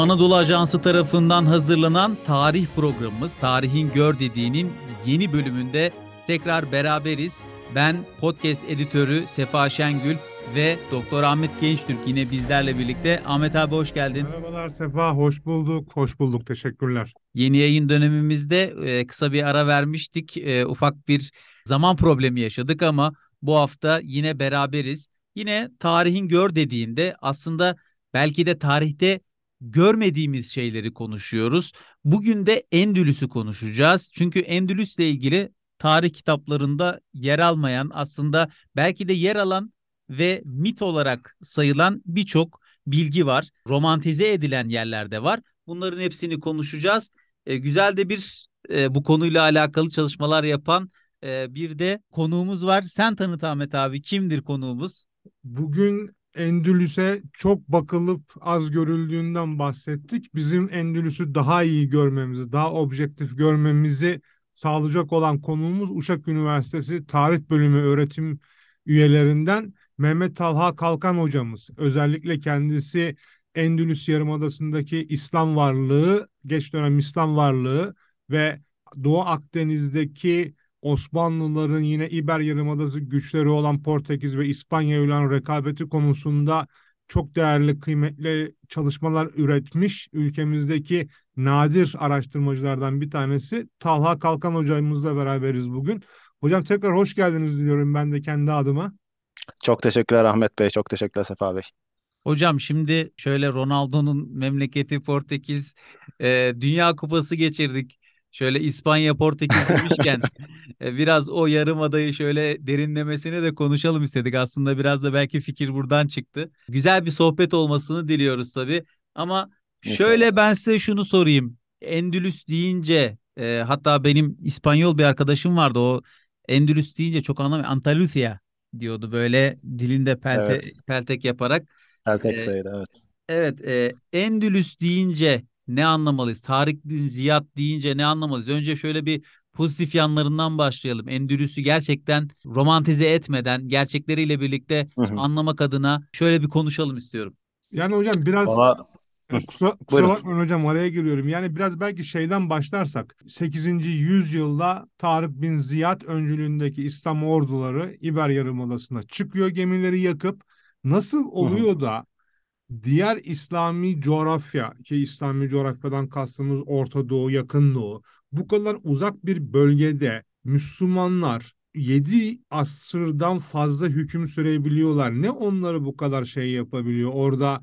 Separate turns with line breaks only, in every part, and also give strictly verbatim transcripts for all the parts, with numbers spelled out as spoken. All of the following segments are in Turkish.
Anadolu Ajansı tarafından hazırlanan tarih programımız Tarihin Gör Dediği'nin yeni bölümünde tekrar beraberiz. Ben podcast editörü Sefa Şengül ve Doktor Ahmet Gençtürk yine bizlerle birlikte. Ahmet abi hoş geldin.
Merhabalar Sefa, hoş bulduk, hoş bulduk. Teşekkürler.
Yeni yayın dönemimizde e, kısa bir ara vermiştik. E, ufak bir zaman problemi yaşadık ama bu hafta yine beraberiz. Yine tarihin gör dediğinde aslında belki de tarihte görmediğimiz şeyleri konuşuyoruz. Bugün de Endülüs'ü konuşacağız. Çünkü Endülüs'le ilgili tarih kitaplarında yer almayan, aslında belki de yer alan ve mit olarak sayılan birçok bilgi var. Romantize edilen yerler de var. Bunların hepsini konuşacağız. E, güzel de bir e, bu konuyla alakalı çalışmalar yapan e, bir de konuğumuz var. Sen tanıt Ahmet abi. Kimdir konuğumuz?
Bugün Endülüs'e çok bakılıp az görüldüğünden bahsettik. Bizim Endülüs'ü daha iyi görmemizi, daha objektif görmemizi sağlayacak olan konuğumuz Uşak Üniversitesi Tarih Bölümü öğretim üyelerinden Mehmet Talha Kalkan hocamız. Özellikle kendisi Endülüs Yarımadası'ndaki İslam varlığı, geç dönem İslam varlığı ve Doğu Akdeniz'deki Osmanlıların yine İber Yarımadası güçleri olan Portekiz ve İspanya ile olan rekabeti konusunda çok değerli, kıymetli çalışmalar üretmiş. Ülkemizdeki nadir araştırmacılardan bir tanesi Talha Kalkan hocamızla beraberiz bugün. Hocam tekrar hoş geldiniz diliyorum ben de kendi adıma.
Çok teşekkürler Ahmet Bey. Çok teşekkürler Sefa Bey.
Hocam şimdi şöyle Ronaldo'nun memleketi Portekiz, e, Dünya Kupası geçirdik. Şöyle İspanya Portekiz demişken e, biraz o yarımadayı şöyle derinlemesine de konuşalım istedik. Aslında biraz da belki fikir buradan çıktı. Güzel bir sohbet olmasını diliyoruz tabii. Ama
İnşallah.
şöyle ben size şunu sorayım. Endülüs deyince e, hatta benim İspanyol bir arkadaşım vardı. O Endülüs deyince çok anlamıyor. Andalusia diyordu böyle dilinde pelte,
Evet.
peltek yaparak.
Peltek
Ee,
sayıda evet.
evet, e, Endülüs deyince ne anlamalıyız? Tarık bin Ziyad deyince ne anlamalıyız? Önce şöyle bir pozitif yanlarından başlayalım. Endülüs'ü gerçekten romantize etmeden, gerçekleriyle birlikte
Hı hı.
anlamak adına şöyle bir konuşalım istiyorum.
Yani hocam biraz
Valla hı,
E, Kusura, kusura
buyurun.
bakmayın hocam araya giriyorum. Yani biraz belki şeyden başlarsak sekizinci yüzyılda Tarık bin Ziyad öncülüğündeki İslam orduları İber Yarımadası'na çıkıyor gemileri yakıp nasıl
Hı hı.
oluyor da diğer İslami coğrafya ki İslami coğrafyadan kastımız Orta Doğu, Yakın Doğu bu kadar uzak bir bölgede Müslümanlar yedi asırdan fazla hüküm sürebiliyorlar. Ne onları bu kadar şey yapabiliyor? Orada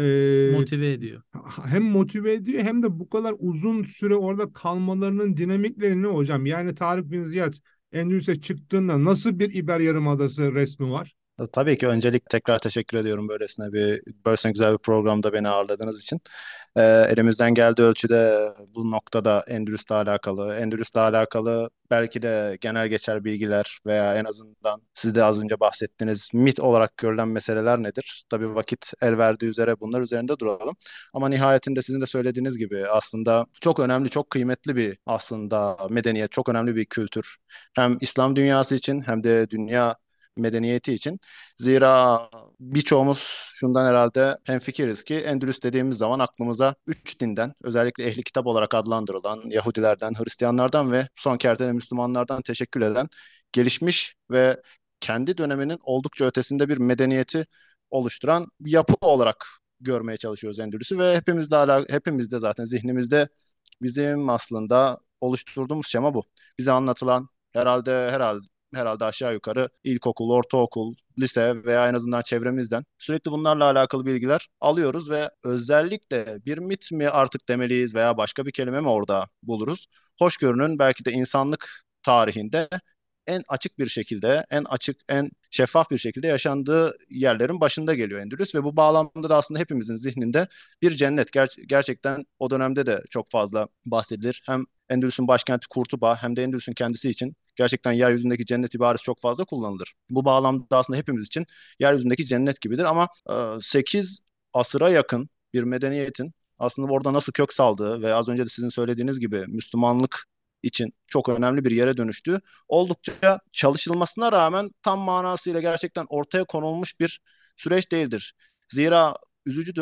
e,
Motive ediyor.
hem motive ediyor hem de bu kadar uzun süre orada kalmalarının dinamikleri ne hocam? Yani Tarık bin Ziyad Endülüs'e çıktığında nasıl bir İber Yarımadası resmi var?
Tabii ki öncelik tekrar teşekkür ediyorum böylesine bir böylesine güzel bir programda beni ağırladığınız için. Ee, elimizden geldiği ölçüde bu noktada Endülüs'le alakalı, Endülüs'le alakalı belki de genel geçer bilgiler veya en azından siz de az önce bahsettiğiniz mit olarak görülen meseleler nedir? Tabii vakit el verdiği üzere bunlar üzerinde duralım. Ama nihayetinde sizin de söylediğiniz gibi aslında çok önemli, çok kıymetli bir aslında medeniyet, çok önemli bir kültür. Hem İslam dünyası için hem de dünya medeniyeti için. Zira birçoğumuz şundan herhalde hemfikiriz ki Endülüs dediğimiz zaman aklımıza üç dinden, özellikle ehli kitap olarak adlandırılan Yahudilerden, Hristiyanlardan ve son kertene Müslümanlardan teşekkül eden gelişmiş ve kendi döneminin oldukça ötesinde bir medeniyeti oluşturan bir yapı olarak görmeye çalışıyoruz Endülüs'ü ve hepimizle ala, hepimiz de zaten zihnimizde bizim aslında oluşturduğumuz şema bu. Bize anlatılan herhalde herhalde herhalde aşağı yukarı ilkokul, ortaokul, lise veya en azından çevremizden sürekli bunlarla alakalı bilgiler alıyoruz ve özellikle bir mit mi artık demeliyiz veya başka bir kelime mi orada buluruz? Hoşgörünün belki de insanlık tarihinde en açık bir şekilde, en açık, en şeffaf bir şekilde yaşandığı yerlerin başında geliyor Endülüs ve bu bağlamda da aslında hepimizin zihninde bir cennet. Ger- gerçekten o dönemde de çok fazla bahsedilir. Hem Endülüs'ün başkenti Kurtuba hem de Endülüs'ün kendisi için gerçekten yeryüzündeki cennet ibaresi çok fazla kullanılır. Bu bağlamda aslında hepimiz için yeryüzündeki cennet gibidir ama e, sekiz asıra yakın bir medeniyetin aslında orada nasıl kök saldığı ve az önce de sizin söylediğiniz gibi Müslümanlık için çok önemli bir yere dönüştüğü oldukça çalışılmasına rağmen tam manasıyla gerçekten ortaya konulmuş bir süreç değildir. Zira üzücüdür.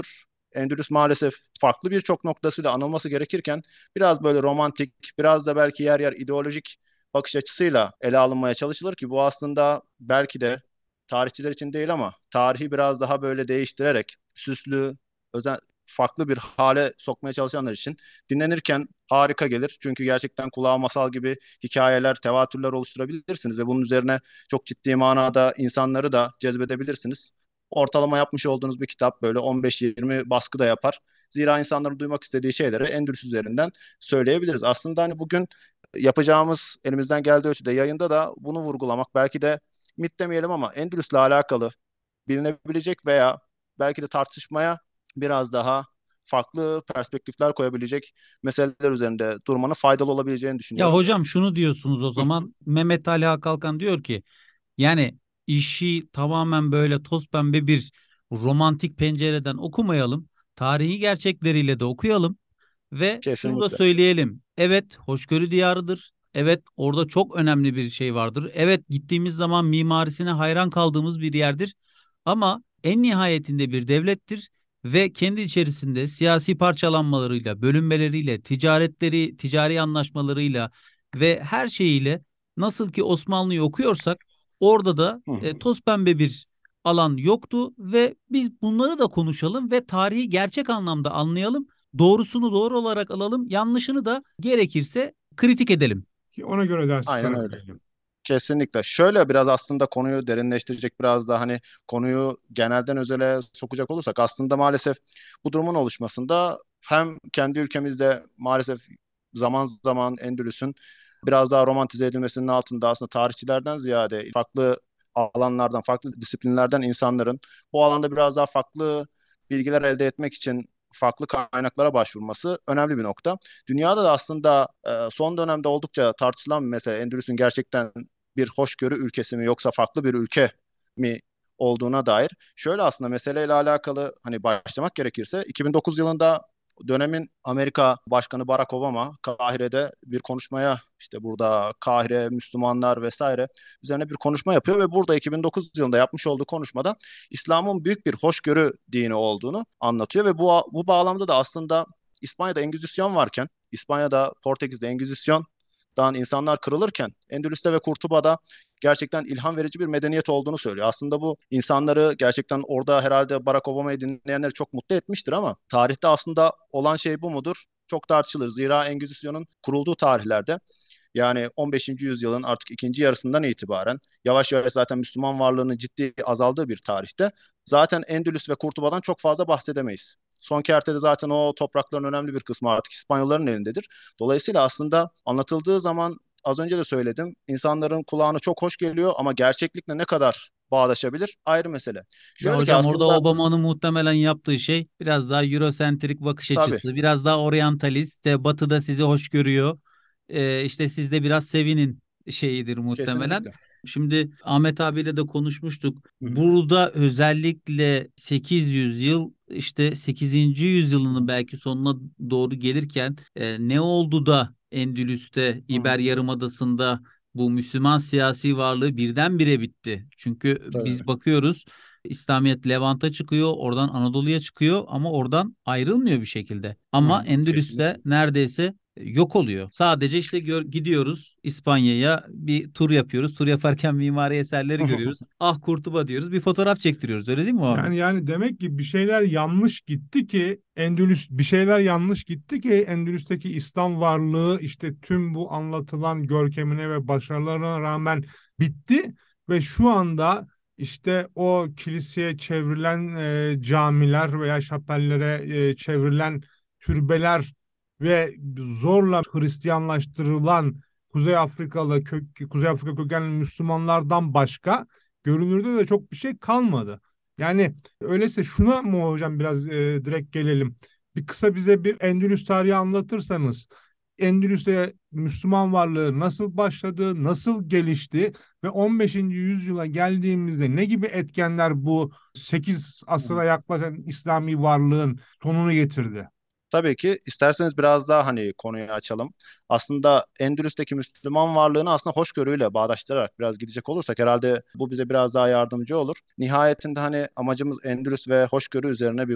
Endülüs maalesef farklı birçok noktasıyla anılması gerekirken biraz böyle romantik, biraz da belki yer yer ideolojik bakış açısıyla ele alınmaya çalışılır ki bu aslında belki de tarihçiler için değil ama tarihi biraz daha böyle değiştirerek süslü, özel, farklı bir hale sokmaya çalışanlar için dinlenirken harika gelir. Çünkü gerçekten kulağa masal gibi hikayeler, tevatürler oluşturabilirsiniz ve bunun üzerine çok ciddi manada insanları da cezbedebilirsiniz. Ortalama yapmış olduğunuz bir kitap böyle on beş yirmi baskı da yapar. Zira insanların duymak istediği şeyleri Endülüs üzerinden söyleyebiliriz. Aslında hani bugün yapacağımız elimizden geldiği ölçüde yayında da bunu vurgulamak belki de mit demeyelim ama Endülüs'le alakalı bilinebilecek veya belki de tartışmaya biraz daha farklı perspektifler koyabilecek meseleler üzerinde durmanın faydalı olabileceğini
Ya
düşünüyorum.
hocam şunu diyorsunuz o
Hı,
zaman, Mehmet Ali Hakalkan diyor ki yani işi tamamen böyle toz pembe bir romantik pencereden okumayalım. Tarihi gerçekleriyle de okuyalım. Ve şunu da
kesinlikle.
söyleyelim. Evet, hoşgörü diyarıdır. Evet, orada çok önemli bir şey vardır. Evet, gittiğimiz zaman mimarisine hayran kaldığımız bir yerdir. Ama en nihayetinde bir devlettir ve kendi içerisinde siyasi parçalanmalarıyla, bölünmeleriyle, ticaretleri, ticari anlaşmalarıyla ve her şeyiyle nasıl ki Osmanlı'yı okuyorsak orada da
Hı
e,
hı.
toz pembe bir alan yoktu ve biz bunları da konuşalım ve tarihi gerçek anlamda anlayalım. Doğrusunu doğru olarak alalım, yanlışını da gerekirse kritik edelim.
Ki ona göre ders
Aynen öyle.
çıkarabilelim.
Kesinlikle. Şöyle biraz aslında konuyu derinleştirecek biraz da hani konuyu genelden özele sokacak olursak aslında maalesef bu durumun oluşmasında hem kendi ülkemizde maalesef zaman zaman Endülüs'ün biraz daha romantize edilmesinin altında aslında tarihçilerden ziyade farklı alanlardan, farklı disiplinlerden insanların bu alanda biraz daha farklı bilgiler elde etmek için farklı kaynaklara başvurması önemli bir nokta. Dünyada da aslında e, son dönemde oldukça tartışılan bir mesele Endülüs'ün gerçekten bir hoşgörü ülkesi mi yoksa farklı bir ülke mi olduğuna dair. Şöyle aslında meseleyle alakalı hani başlamak gerekirse iki bin dokuz yılında dönemin Amerika Başkanı Barack Obama Kahire'de bir konuşmaya işte burada Kahire, Müslümanlar vesaire üzerine bir konuşma yapıyor ve burada iki bin dokuz yılında yapmış olduğu konuşmada İslam'ın büyük bir hoşgörü dini olduğunu anlatıyor ve bu bu bağlamda da aslında İspanya'da Engizisyon varken, İspanya'da Portekiz'de Engizisyon'dan insanlar kırılırken Endülüs'te ve Kurtuba'da gerçekten ilham verici bir medeniyet olduğunu söylüyor. Aslında bu insanları gerçekten orada herhalde Barack Obama'yı dinleyenleri çok mutlu etmiştir ama tarihte aslında olan şey bu mudur? Çok tartışılır. Zira Engizisyon'un kurulduğu tarihlerde yani on beşinci yüzyılın artık ikinci yarısından itibaren yavaş yavaş zaten Müslüman varlığının ciddi azaldığı bir tarihte zaten Endülüs ve Kurtuba'dan çok fazla bahsedemeyiz. Son kertede zaten o toprakların önemli bir kısmı artık İspanyolların elindedir. Dolayısıyla aslında anlatıldığı zaman az önce de söyledim insanların kulağına çok hoş geliyor ama gerçeklikle ne kadar bağdaşabilir ayrı mesele.
Ya
Şöyle ki
hocam orada
aslında
Obama'nın muhtemelen yaptığı şey biraz daha Eurosentrik bakış
tabii
açısı, biraz daha oryantalist, e, Batı'da sizi hoş görüyor. E, işte siz de biraz sevinin şeyidir muhtemelen.
kesinlikle.
Şimdi Ahmet abiyle de konuşmuştuk.
Hı hı,
Burada özellikle sekiz yüz yıl işte sekizinci
hı
yüzyılının
hı,
belki sonuna doğru gelirken e, ne oldu da Endülüs'te,
hı
İber
hı.
Yarımadası'nda bu Müslüman siyasi varlığı birdenbire bitti. Çünkü
Tabii.
biz bakıyoruz İslamiyet Levant'a çıkıyor, oradan Anadolu'ya çıkıyor ama oradan ayrılmıyor bir şekilde.
Hı
Ama
hı,
Endülüs'te
kesinlikle.
neredeyse yok oluyor. Sadece işte gör- gidiyoruz İspanya'ya bir tur yapıyoruz. Tur yaparken mimari eserleri görüyoruz. Ah Kurtuba diyoruz. Bir fotoğraf çektiriyoruz. Öyle değil mi abi?
Yani yani demek ki bir şeyler yanlış gitti ki Endülüs bir şeyler yanlış gitti ki Endülüs'teki İslam varlığı işte tüm bu anlatılan görkemine ve başarılarına rağmen bitti ve şu anda işte o kiliseye çevrilen e, camiler veya şapellere e, çevrilen türbeler ve zorla Hristiyanlaştırılan Kuzey Afrikalı kök, Kuzey Afrika kökenli Müslümanlardan başka görünürde de çok bir şey kalmadı. Yani öyleyse şuna mı hocam biraz e, direkt gelelim. Bir kısa bize bir Endülüs tarihi anlatırsanız Endülüs'te Müslüman varlığı nasıl başladı, nasıl gelişti ve on beşinci yüzyıla geldiğimizde ne gibi etkenler bu sekiz asıra yaklaşan İslami varlığın sonunu getirdi?
Tabii ki isterseniz biraz daha hani konuyu açalım. Aslında Endülüs'teki Müslüman varlığını aslında hoşgörüyle bağdaştırarak biraz gidecek olursak herhalde bu bize biraz daha yardımcı olur. Nihayetinde hani amacımız Endülüs ve hoşgörü üzerine bir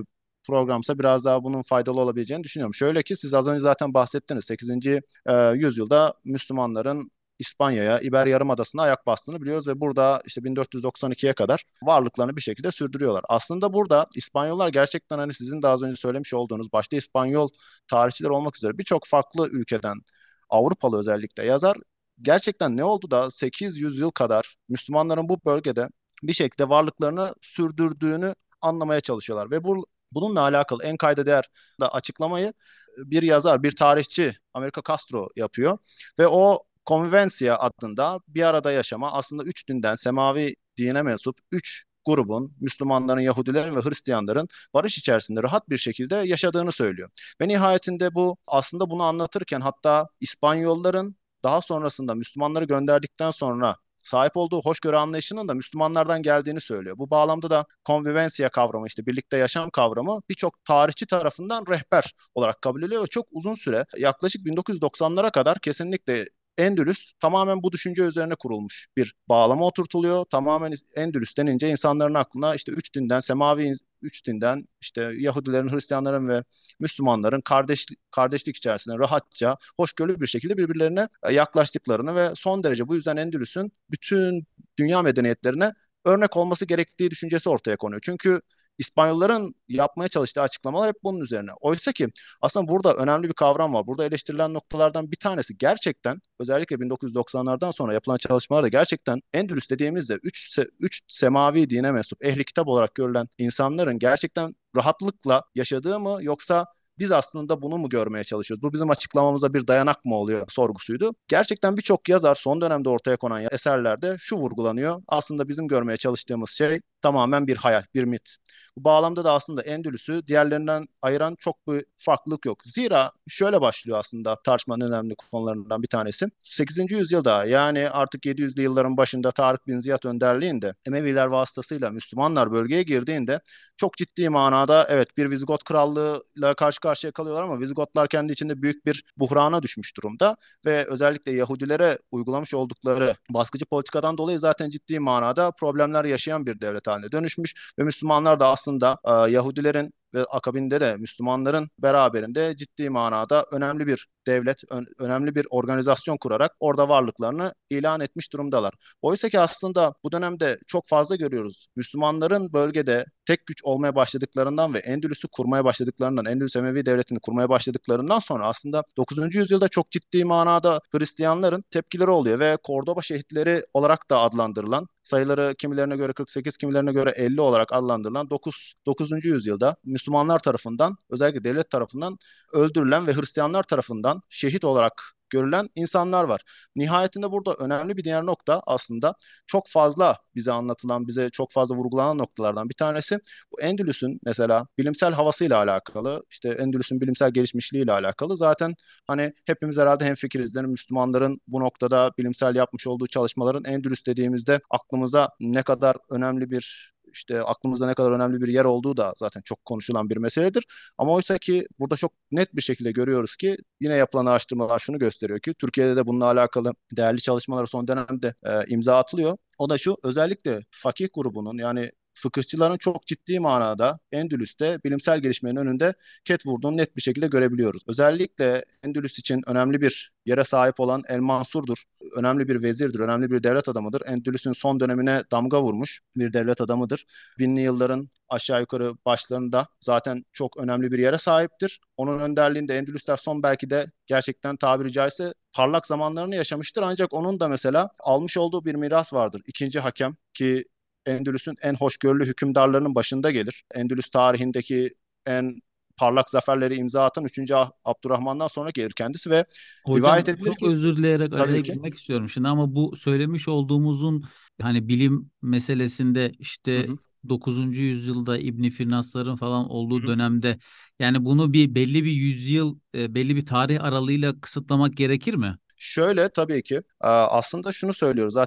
programsa biraz daha bunun faydalı olabileceğini düşünüyorum. Şöyle ki siz az önce zaten bahsettiniz. sekizinci e, yüzyılda Müslümanların İspanya'ya, İber Yarımadası'na ayak bastığını biliyoruz ve burada işte bin dört yüz doksan ikiye kadar varlıklarını bir şekilde sürdürüyorlar. Aslında burada İspanyollar gerçekten hani sizin de az önce söylemiş olduğunuz başta İspanyol tarihçiler olmak üzere birçok farklı ülkeden Avrupalı özellikle yazar gerçekten ne oldu da sekiz yüz yıl kadar Müslümanların bu bölgede bir şekilde varlıklarını sürdürdüğünü anlamaya çalışıyorlar ve bu bununla alakalı en kayda değer da açıklamayı bir yazar, bir tarihçi Americo Castro yapıyor ve o Convivencia adında bir arada yaşama aslında üç dinden semavi dine mensup üç grubun Müslümanların, Yahudilerin ve Hristiyanların barış içerisinde rahat bir şekilde yaşadığını söylüyor. Ve nihayetinde bu aslında bunu anlatırken hatta İspanyolların daha sonrasında Müslümanları gönderdikten sonra sahip olduğu hoşgörü anlayışının da Müslümanlardan geldiğini söylüyor. Bu bağlamda da convivencia kavramı işte birlikte yaşam kavramı birçok tarihçi tarafından rehber olarak kabul ediliyor ve çok uzun süre yaklaşık bin dokuz yüz doksanlara kadar kesinlikle Endülüs tamamen bu düşünce üzerine kurulmuş bir bağlama oturtuluyor. Tamamen Endülüs denince insanların aklına işte üç dinden, semavi üç dinden işte Yahudilerin, Hristiyanların ve Müslümanların kardeşlik, kardeşlik içerisinde rahatça, hoşgörülü bir şekilde birbirlerine yaklaştıklarını ve son derece bu yüzden Endülüs'ün bütün dünya medeniyetlerine örnek olması gerektiği düşüncesi ortaya konuyor. Çünkü İspanyolların yapmaya çalıştığı açıklamalar hep bunun üzerine. Oysa ki aslında burada önemli bir kavram var. Burada eleştirilen noktalardan bir tanesi gerçekten özellikle bin dokuz yüz doksanlardan sonra yapılan çalışmalarda gerçekten Endülüs dediğimizde üç, üç semavi dine mensup ehli kitap olarak görülen insanların gerçekten rahatlıkla yaşadığı mı yoksa biz aslında bunu mu görmeye çalışıyoruz? Bu bizim açıklamamıza bir dayanak mı oluyor sorgusuydu. Gerçekten birçok yazar son dönemde ortaya konan eserlerde şu vurgulanıyor. Aslında bizim görmeye çalıştığımız şey tamamen bir hayal, bir mit. Bu bağlamda da aslında Endülüs'ü diğerlerinden ayıran çok bir farklılık yok. Zira şöyle başlıyor aslında tartışmanın önemli konularından bir tanesi. sekizinci yüzyılda yani artık yedi yüzlü yılların başında Tarık bin Ziyad önderliğinde Emeviler vasıtasıyla Müslümanlar bölgeye girdiğinde çok ciddi manada evet bir Vizigot krallığıyla karşı karşıya kalıyorlar ama Vizigotlar kendi içinde büyük bir buhrana düşmüş durumda ve özellikle Yahudilere uygulamış oldukları baskıcı politikadan dolayı zaten ciddi manada problemler yaşayan bir devlet haline dönüşmüş ve Müslümanlar da aslında e, Yahudilerin ve akabinde de Müslümanların beraberinde ciddi manada önemli bir devlet, ön- önemli bir organizasyon kurarak orada varlıklarını ilan etmiş durumdalar. Oysa ki aslında bu dönemde çok fazla görüyoruz. Müslümanların bölgede tek güç olmaya başladıklarından ve Endülüs'ü kurmaya başladıklarından, Endülüs Emevi Devleti'ni kurmaya başladıklarından sonra aslında dokuzuncu yüzyılda çok ciddi manada Hristiyanların tepkileri oluyor ve Kordoba şehitleri olarak da adlandırılan sayıları kimilerine göre kırk sekiz, kimilerine göre elli olarak adlandırılan dokuz, dokuzuncu yüzyılda Müslümanlar tarafından özellikle devlet tarafından öldürülen ve Hristiyanlar tarafından şehit olarak görülen insanlar var. Nihayetinde burada önemli bir diğer nokta aslında çok fazla bize anlatılan, bize çok fazla vurgulanan noktalardan bir tanesi bu Endülüs'ün mesela bilimsel havasıyla alakalı, işte Endülüs'ün bilimsel gelişmişliğiyle alakalı. Zaten hani hepimiz herhalde hemfikirizdir. Müslümanların bu noktada bilimsel yapmış olduğu çalışmaların Endülüs dediğimizde aklımıza ne kadar önemli bir işte aklımızda ne kadar önemli bir yer olduğu da zaten çok konuşulan bir meseledir. Ama oysa ki burada çok net bir şekilde görüyoruz ki yine yapılan araştırmalar şunu gösteriyor ki Türkiye'de de bununla alakalı değerli çalışmalar son dönemde e, imza atılıyor. O da şu özellikle fakih grubunun yani fıkıhçıların çok ciddi manada Endülüs'te bilimsel gelişmenin önünde ket vurduğunu net bir şekilde görebiliyoruz. Özellikle Endülüs için önemli bir yere sahip olan El Mansur'dur. Önemli bir vezirdir, önemli bir devlet adamıdır. Endülüs'ün son dönemine damga vurmuş bir devlet adamıdır. Binli yılların aşağı yukarı başlarında zaten çok önemli bir yere sahiptir. Onun önderliğinde Endülüsler son belki de gerçekten tabiri caizse parlak zamanlarını yaşamıştır. Ancak onun da mesela almış olduğu bir miras vardır. İkinci hakem ki Endülüs'ün en hoşgörülü hükümdarlarının başında gelir. Endülüs tarihindeki en parlak zaferleri imza atan üçüncü. Abdurrahman'dan sonra gelir kendisi ve rivayet
Hocam
edilir
çok
ki
özür dileyerek araya
tabii ki.
girmek istiyorum şimdi ama bu söylemiş olduğumuzun hani bilim meselesinde
Hı
işte
hı,
dokuzuncu yüzyılda İbn Firnasların falan
hı
olduğu
hı.
dönemde yani bunu bir belli bir yüzyıl e, belli bir tarih aralığıyla kısıtlamak gerekir mi?
Şöyle tabii ki aslında şunu söylüyoruz zaten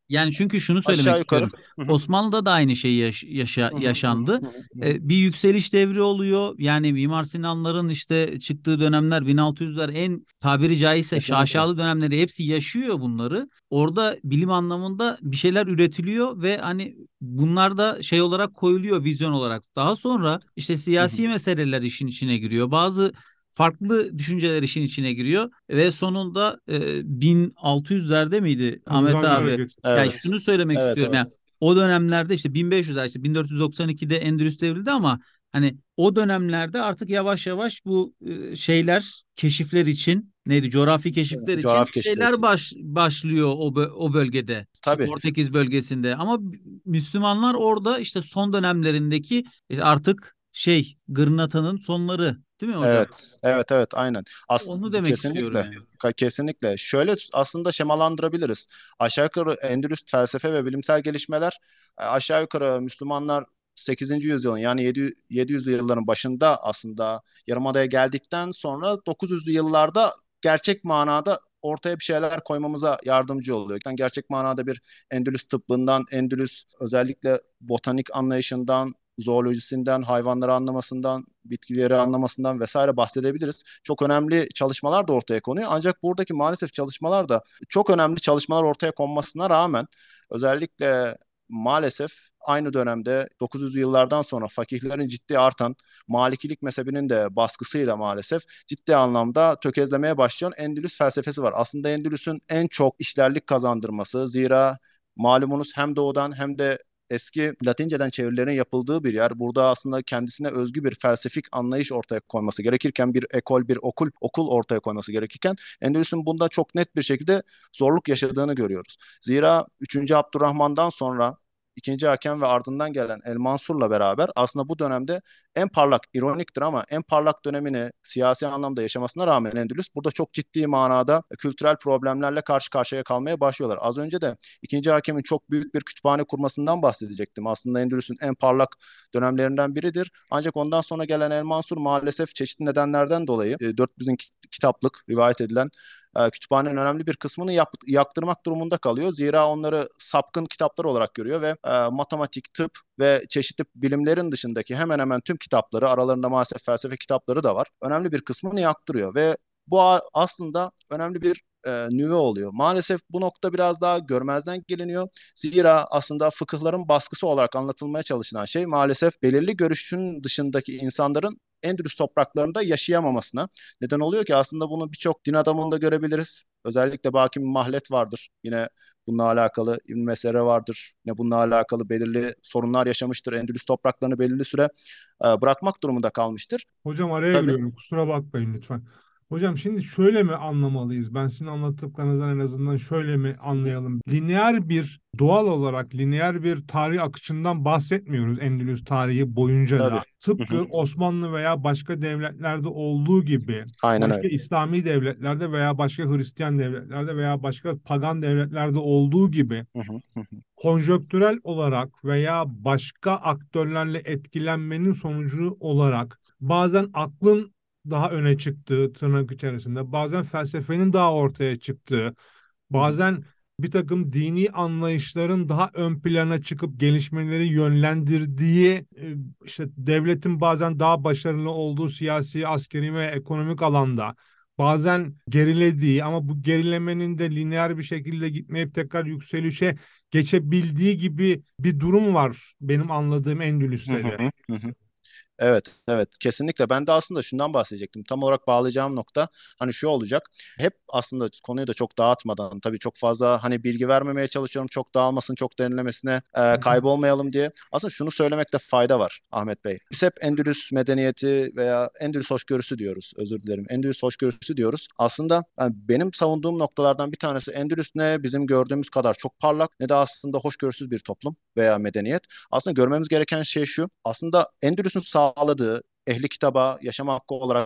Yani çünkü şunu söylemek
Aşağı yukarı.
istiyorum.
Hı hı,
Osmanlı'da da aynı şey yaş- yaşa-
hı hı, hı hı,
yaşandı.
hı hı, hı hı.
E, bir yükseliş devri oluyor. Yani Mimar Sinanların işte çıktığı dönemler bin altı yüzler en tabiri caizse
Kesinlikle.
şaşalı dönemleri hepsi yaşıyor bunları. Orada bilim anlamında bir şeyler üretiliyor ve hani bunlar da şey olarak koyuluyor vizyon olarak. Daha sonra işte
Hı hı.
siyasi meseleler işin içine giriyor. Bazı farklı düşünceler işin içine giriyor ve sonunda e, bin altı yüzlerde miydi Ahmet
Rıza
abi?
Güler.
Ya
Evet.
şunu söylemek
Evet,
istiyorum. Yani
evet.
o dönemlerde işte bin beş yüzler işte bin dört yüz doksan ikide Endülüs devrildi ama hani o dönemlerde artık yavaş yavaş bu e, şeyler keşifler için neydi coğrafi keşifler için
Coğrafi keşifler
şeyler
için.
baş, başlıyor o bö- o bölgede. İşte
Tabii.
Portekiz bölgesinde ama Müslümanlar orada işte son dönemlerindeki işte artık şey Gırnata'nın sonları değil mi hocam?
Evet, evet, evet, aynen. As
Onu
bu
demek istiyorum
kesinlikle,
yani.
ka- kesinlikle. Şöyle aslında şemalandırabiliriz. Aşağı yukarı Endülüs felsefe ve bilimsel gelişmeler e, aşağı yukarı Müslümanlar sekizinci yüzyılın yani yedi yedi yüzlü yılların başında aslında Yarımada'ya geldikten sonra dokuz yüzlü yıllarda gerçek manada ortaya bir şeyler koymamıza yardımcı oluyor. Yani gerçek manada bir Endülüs tıbbından, Endülüs özellikle botanik anlayışından, zoolojisinden, hayvanları anlamasından, bitkileri anlamasından vesaire bahsedebiliriz. Çok önemli çalışmalar da ortaya konuyor. Ancak buradaki maalesef çalışmalar da çok önemli çalışmalar ortaya konmasına rağmen özellikle maalesef aynı dönemde dokuz yüzlü yıllardan sonra fakihlerin ciddi artan Malikilik mezhebinin de baskısıyla maalesef ciddi anlamda tökezlemeye başlayan Endülüs felsefesi var. Aslında Endülüs'ün en çok işlerlik kazandırması zira malumunuz hem doğudan hem de eski Latinceden çevirilerin yapıldığı bir yer. Burada aslında kendisine özgü bir felsefik anlayış ortaya koyması gerekirken bir ekol, bir okul, okul ortaya koyması gerekirken Endülüs'ün bunda çok net bir şekilde zorluk yaşadığını görüyoruz. Zira üçüncü Abdurrahman'dan sonra ikinci Hakem ve ardından gelen El Mansur'la beraber aslında bu dönemde en parlak, ironiktir ama en parlak dönemini siyasi anlamda yaşamasına rağmen Endülüs burada çok ciddi manada kültürel problemlerle karşı karşıya kalmaya başlıyorlar. Az önce de İkinci hakemin çok büyük bir kütüphane kurmasından bahsedecektim. Aslında Endülüs'ün en parlak dönemlerinden biridir. Ancak ondan sonra gelen El Mansur maalesef çeşitli nedenlerden dolayı e, dört bin kitaplık rivayet edilen e, kütüphanenin önemli bir kısmını yak, yaktırmak durumunda kalıyor. Zira onları sapkın kitaplar olarak görüyor ve e, matematik, tıp ve çeşitli bilimlerin dışındaki hemen hemen tüm kitapları, aralarında maalesef felsefe kitapları da var, önemli bir kısmını yaktırıyor ve bu aslında önemli bir e, nüve oluyor. Maalesef bu nokta biraz daha görmezden geliniyor. Zira aslında fıkıhların baskısı olarak anlatılmaya çalışılan şey maalesef belirli görüşün dışındaki insanların Endülüs topraklarında yaşayamamasına neden oluyor ki aslında bunu birçok din adamında görebiliriz. Özellikle Baki Mahlet vardır. Yine bununla alakalı İbn Mesere vardır. Yine bununla alakalı belirli sorunlar yaşamıştır. Endülüs topraklarını belirli süre e, bırakmak durumunda kalmıştır.
Hocam araya
Tabii.
giriyorum. Kusura bakmayın lütfen. Hocam şimdi şöyle mi anlamalıyız? Ben sizin anlattıklarınızdan en azından şöyle mi
Hı hı.
anlayalım? Lineer bir, doğal olarak lineer bir tarih akışından bahsetmiyoruz Endülüs tarihi boyunca
Tabii.
da.
Hı
Tıpkı
hı.
Osmanlı veya başka devletlerde olduğu gibi,
Aynen
başka
öyle.
İslami devletlerde veya başka Hristiyan devletlerde veya başka pagan devletlerde olduğu gibi
Hı hı. Hı hı.
konjonktürel olarak veya başka aktörlerle etkilenmenin sonucu olarak bazen aklın daha öne çıktığı tırnak içerisinde, bazen felsefenin daha ortaya çıktığı,
Hı hı.
bazen bir takım dini anlayışların daha ön plana çıkıp gelişmeleri yönlendirdiği, e, işte devletin bazen daha başarılı olduğu siyasi, askeri ve ekonomik alanda, bazen gerilediği ama bu gerilemenin de lineer bir şekilde gitmeyip tekrar yükselişe geçebildiği gibi bir durum var benim anladığım
Hı
Endülüs'te de.
hı. Hı hı. Evet, evet, kesinlikle. Ben de aslında şundan bahsedecektim. Tam olarak bağlayacağım nokta hani şu olacak. Hep aslında konuyu da çok dağıtmadan, tabii çok fazla hani bilgi vermemeye çalışıyorum. Çok dağılmasın, çok derinlemesine e,
Hı hı.
kaybolmayalım diye. Aslında şunu söylemekte fayda var Ahmet Bey. Biz hep Endülüs medeniyeti veya Endülüs hoşgörüsü diyoruz. Özür dilerim. Endülüs hoşgörüsü diyoruz. Aslında yani benim savunduğum noktalardan bir tanesi Endülüs ne bizim gördüğümüz kadar çok parlak ne de aslında hoşgörüsüz bir toplum veya medeniyet. Aslında görmemiz gereken şey şu. Aslında Endülüs'ün sağladığı ehli kitaba yaşam hakkı olarak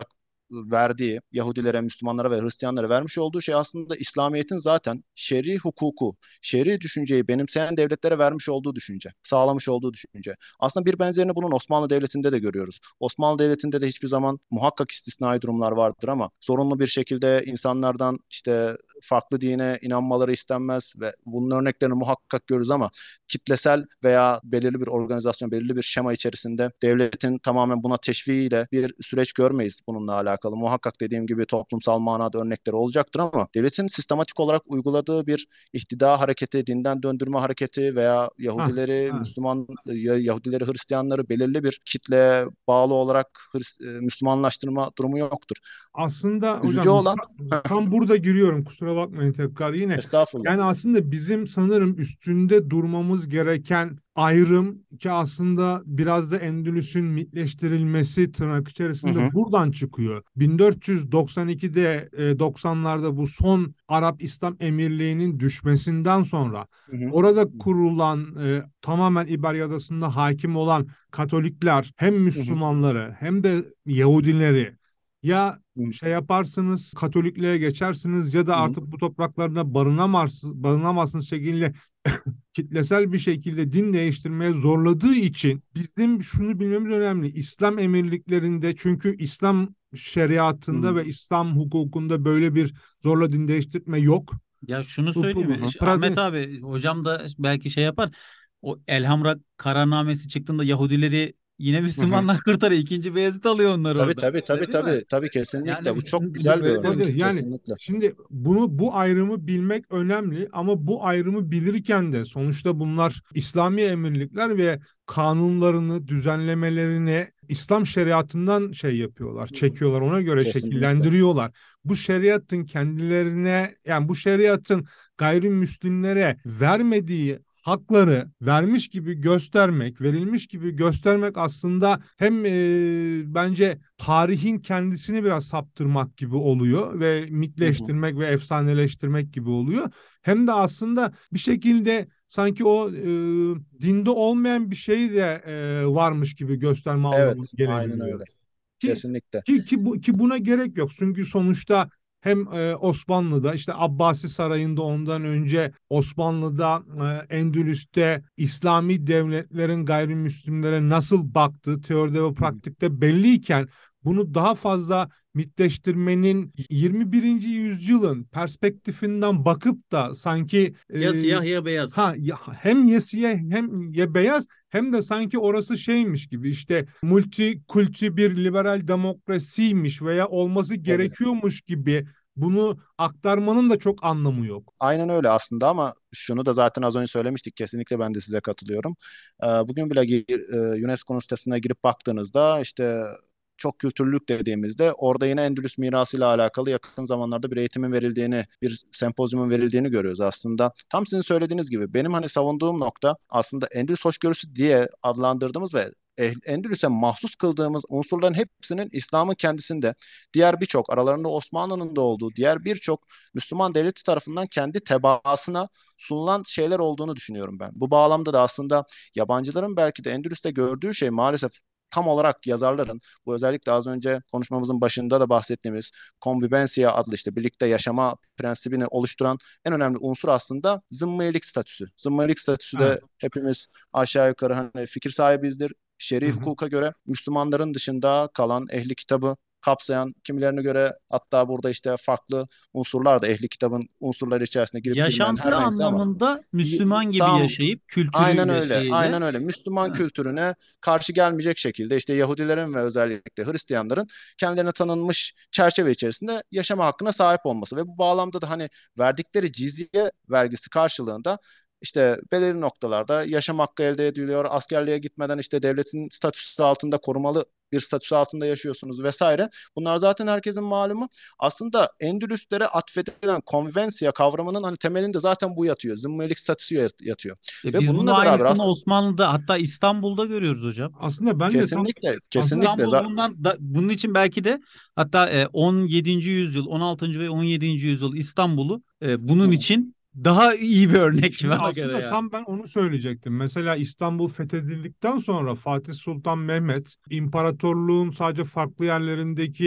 verdiği Yahudilere, Müslümanlara ve Hristiyanlara vermiş olduğu şey aslında İslamiyet'in zaten şer'i hukuku, şer'i düşünceyi benimseyen devletlere vermiş olduğu düşünce, sağlamış olduğu düşünce. Aslında bir benzerini bunun Osmanlı Devleti'nde de görüyoruz. Osmanlı Devleti'nde de hiçbir zaman muhakkak istisnai durumlar vardır ama zorunlu bir şekilde insanlardan işte farklı dine inanmaları istenmez ve bunun örneklerini muhakkak görürüz ama kitlesel veya belirli bir organizasyon, belirli bir şema içerisinde devletin tamamen buna teşviğiyle bir süreç görmeyiz bununla alakalı. Muhakkak dediğim gibi toplumsal manada örnekleri olacaktır ama devletin sistematik olarak uyguladığı bir ihtida hareketi, dinden döndürme hareketi veya
Ha,
Yahudileri,
evet.
Müslüman Yahudileri, Hristiyanları belirli bir kitle bağlı olarak Hris- Müslümanlaştırma durumu yoktur.
Aslında
Üzücü
hocam
olan
ta- tam burada giriyorum, kusura bakmayın tekrar yine.
estağfurullah.
Yani aslında bizim sanırım üstünde durmamız gereken ayrım ki aslında biraz da Endülüs'ün mitleştirilmesi tırnak
Hı hı,
içerisinde buradan çıkıyor. bin dört yüz doksan ikide e, doksanlarda bu son Arap İslam Emirliği'nin düşmesinden sonra
hı hı,
orada kurulan e, tamamen İberyadası'nda hakim olan Katolikler hem
hı hı,
Müslümanları hem de Yahudileri ya
hı hı,
şey yaparsınız, Katolikliğe geçersiniz ya da
hı hı,
artık bu topraklarda barınamazsınız, barınamazsınız şekilde kitlesel bir şekilde din değiştirmeye zorladığı için bizim şunu bilmemiz önemli. İslam emirliklerinde, çünkü İslam
hı
şeriatında
hı,
ve İslam hukukunda böyle bir zorla din değiştirme yok.
Ya şunu
Bu,
söyleyeyim
bu,
mi?
hı
Ş- Ahmet
Prade-
abi hocam da belki şey yapar. O Elhamra kararnamesi çıktığında Yahudileri yine
hı, hı.
Müslümanlar kurtarıyor. İkinci Beyazıt alıyor onları
Tabii
orada.
tabii tabii
Değil mi?
tabii tabii
Yani
kesinlikle bu çok
bu-
güzel bir
böyle de
örnek
Tabii yani
kesinlikle.
şimdi bunu bu ayrımı bilmek önemli ama bu ayrımı bilirken de sonuçta bunlar İslami emirlikler ve kanunlarını, düzenlemelerini İslam şeriatından şey yapıyorlar,
Hı hı.
çekiyorlar, ona göre
Kesinlikle.
şekillendiriyorlar. Bu şeriatın kendilerine, yani bu şeriatın gayrimüslimlere vermediği hakları vermiş gibi göstermek, verilmiş gibi göstermek aslında hem e, bence tarihin kendisini biraz saptırmak gibi oluyor ve
Hı hı.
mitleştirmek ve efsaneleştirmek gibi oluyor. Hem de aslında bir şekilde sanki o e, dinde olmayan bir şey de e, varmış gibi gösterme anlamına
Evet, aynen
gelebiliyor.
öyle.
Ki
Kesinlikle.
ki ki bu ki buna gerek yok. Çünkü sonuçta hem e, Osmanlı'da, işte Abbasi Sarayı'nda, ondan önce Osmanlı'da, e, Endülüs'te İslami devletlerin gayrimüslimlere nasıl baktığı teoride ve
Hı hı.
pratikte belliyken bunu daha fazla mitleştirmenin yirmi birinci yüzyılın perspektifinden bakıp da sanki
ya
e,
siyah ya beyaz.
ha ya, hem ya siyah hem ya beyaz, hem de sanki orası şeymiş gibi, işte multikulti bir liberal demokrasiymiş veya olması
Tabii.
gerekiyormuş gibi bunu aktarmanın da çok anlamı yok.
Aynen öyle aslında ama şunu da zaten az önce söylemiştik. Kesinlikle ben de size katılıyorum. Ee, bugün bile gir- e, UNESCO'nun sitesine girip baktığınızda işte çok kültürlülük dediğimizde orada yine Endülüs mirasıyla alakalı yakın zamanlarda bir eğitimin verildiğini, bir sempozyumun verildiğini görüyoruz aslında. Tam sizin söylediğiniz gibi benim hani savunduğum nokta aslında Endülüs hoşgörüsü diye adlandırdığımız ve eh- Endülüs'e mahsus kıldığımız unsurların hepsinin İslam'ın kendisinde, diğer birçok aralarında Osmanlı'nın da olduğu diğer birçok Müslüman devleti tarafından kendi tebaasına sunulan şeyler olduğunu düşünüyorum ben. Bu bağlamda da aslında yabancıların belki de Endülüs'te gördüğü şey maalesef tam olarak yazarların bu özellikle az önce konuşmamızın başında da bahsettiğimiz convivencia adlı işte birlikte yaşama prensibini oluşturan en önemli unsur aslında zımmiyelik statüsü. Zımmiyelik statüsü
Evet.
de hepimiz aşağı yukarı hani fikir sahibizdir.
Hı
Şer'i
hı.
hukuka göre Müslümanların dışında kalan ehli kitabı kapsayan, kimilerine göre hatta burada işte farklı unsurlar da ehli kitabın unsurları içerisine girip girmeyen
Yaşantı
her neyse ama
anlamında
y-
Müslüman gibi
tam
yaşayıp
aynen
kültürüyle
öyle,
şeyiyle.
aynen öyle. Müslüman
Değil mi?
kültürüne karşı gelmeyecek şekilde işte Yahudilerin ve özellikle Hristiyanların kendilerine tanınmış çerçeve içerisinde yaşama hakkına sahip olması ve bu bağlamda da hani verdikleri cizye vergisi karşılığında işte belirli noktalarda yaşam hakkı elde ediliyor. Askerliğe gitmeden işte devletin statüsü altında korumalı bir statüsü altında yaşıyorsunuz vesaire. Bunlar zaten herkesin malumu. Aslında Endülüslere atfedilen konvensiya kavramının hani temelinde zaten bu yatıyor. Zımmilik statüsü yatıyor.
E
Ve
biz bunu
bununla beraber
aynısını
aslında
Osmanlı'da hatta İstanbul'da görüyoruz hocam.
Aslında ben de tam
kesinlikle
aslında
kesinlikle
İstanbul
za-
bundan da, bunun için belki de hatta e, on yedinci yüzyıl, on altıncı ve on yedinci yüzyıl İstanbul'u e, bunun için daha iyi bir örnek
şimdi
bana göre
aslında
yani.
tam ben onu söyleyecektim. Mesela İstanbul fethedildikten sonra Fatih Sultan Mehmet imparatorluğun sadece farklı yerlerindeki